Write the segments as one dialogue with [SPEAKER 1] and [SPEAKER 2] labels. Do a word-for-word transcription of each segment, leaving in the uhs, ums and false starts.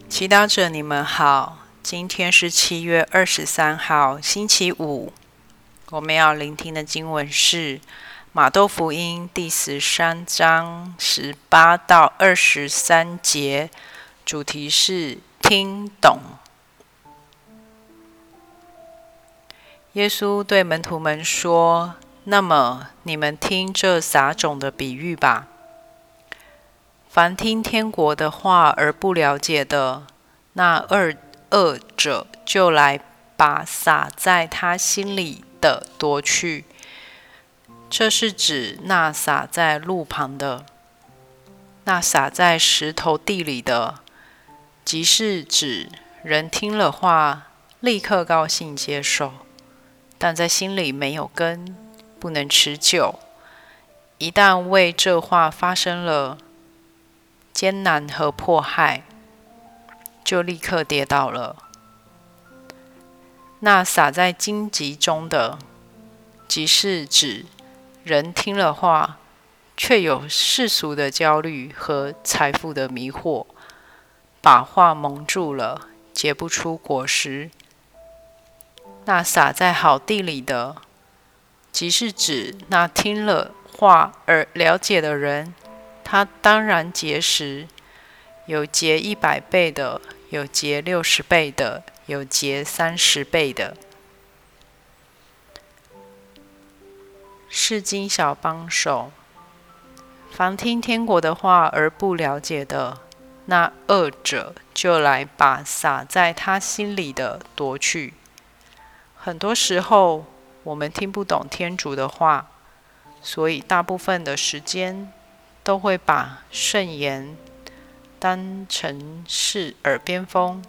[SPEAKER 1] 祈祷者，你们好。今天是七月二十三号，星期五。我们要聆听的经文是马窦福音第十三章十八到二十三节，主题是听懂。耶稣对门徒们说：“那么你们听这撒种的比喻吧。凡听天国的话而不了解的，那恶恶者就来把撒在他心里的夺去。这是指那撒在路旁的，那撒在石头地里的，即是指人听了话，立刻高兴接受，但在心里没有根，不能持久。一旦为这话发生了艰难和迫害，就立刻跌倒了。那撒在荆棘中的，即是指人听了话，却有世俗的焦虑和财富的迷惑，把话蒙住了，结不出果实。那撒在好地里的，即是指那听了话而了解的人，他当然结实，有结一百倍的，有结六十倍的，有结三十倍的。释经小帮手，凡听天国的话而不了解的，那恶者就来把撒在他心里的夺去。很多时候，我们听不懂天主的话，所以大部分的时间都会把圣言当成是耳边风。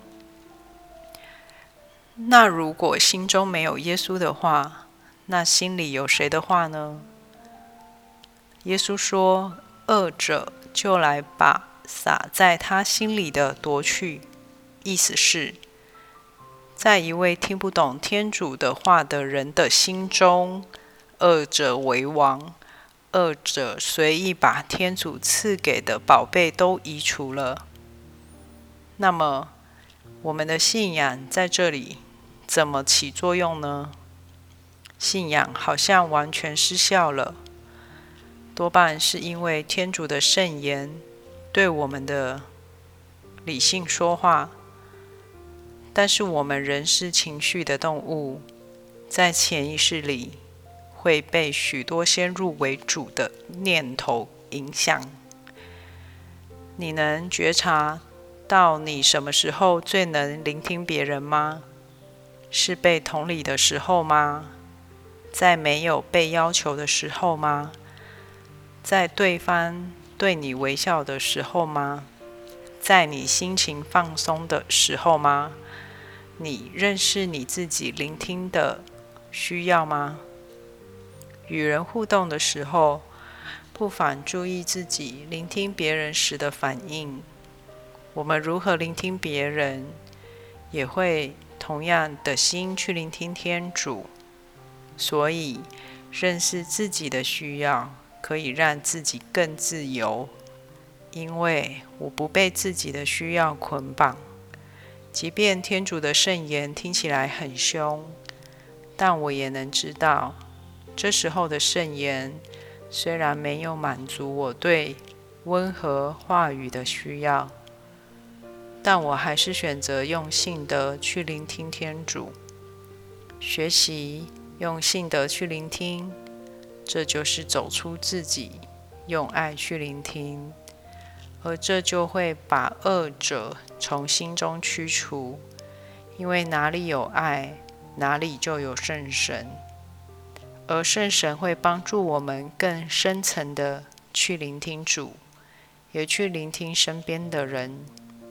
[SPEAKER 1] 那如果心中没有耶稣的话，那心里有谁的话呢？耶稣说，恶者就来把撒在他心里的夺去，意思是，在一位听不懂天主的话的人的心中，恶者为王，恶者随意把天主赐给的宝贝都移除了。那么，我们的信仰在这里怎么起作用呢？信仰好像完全失效了，多半是因为天主的圣言对我们的理性说话，但是我们人是情绪的动物，在潜意识里会被许多先入为主的念头影响。你能觉察到你什么时候最能聆听别人吗？是被同理的时候吗？在没有被要求的时候吗？在对方对你微笑的时候吗？在你心情放松的时候吗？你认识你自己聆听的需要吗？与人互动的时候，不妨注意自己聆听别人时的反应。我们如何聆听别人，也会同样的心去聆听天主。所以，认识自己的需要，可以让自己更自由，因为我不被自己的需要捆绑。即便天主的圣言听起来很凶，但我也能知道，这时候的圣言虽然没有满足我对温和话语的需要，但我还是选择用信德去聆听天主，学习用信德去聆听，这就是走出自己，用爱去聆听，而这就会把恶者从心中驱除，因为哪里有爱，哪里就有圣神，而圣神会帮助我们更深层的去聆听主，也去聆听身边的人。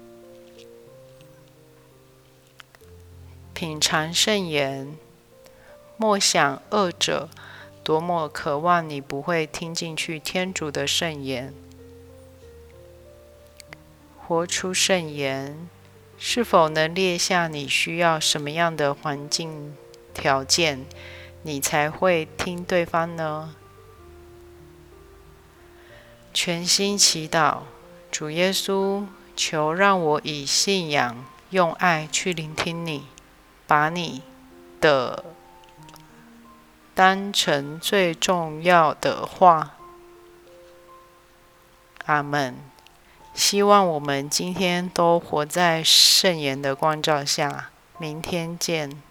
[SPEAKER 1] 品尝圣言，默想恶者多么渴望你不会听进去天主的圣言。活出圣言，是否能列下你需要什么样的环境条件，你才会听对方呢？全心祈祷，主耶稣， 求让我以信仰、用爱去聆听你，把你的当成最重要的话。阿们。希望我们今天都活在圣言的光照下。明天见。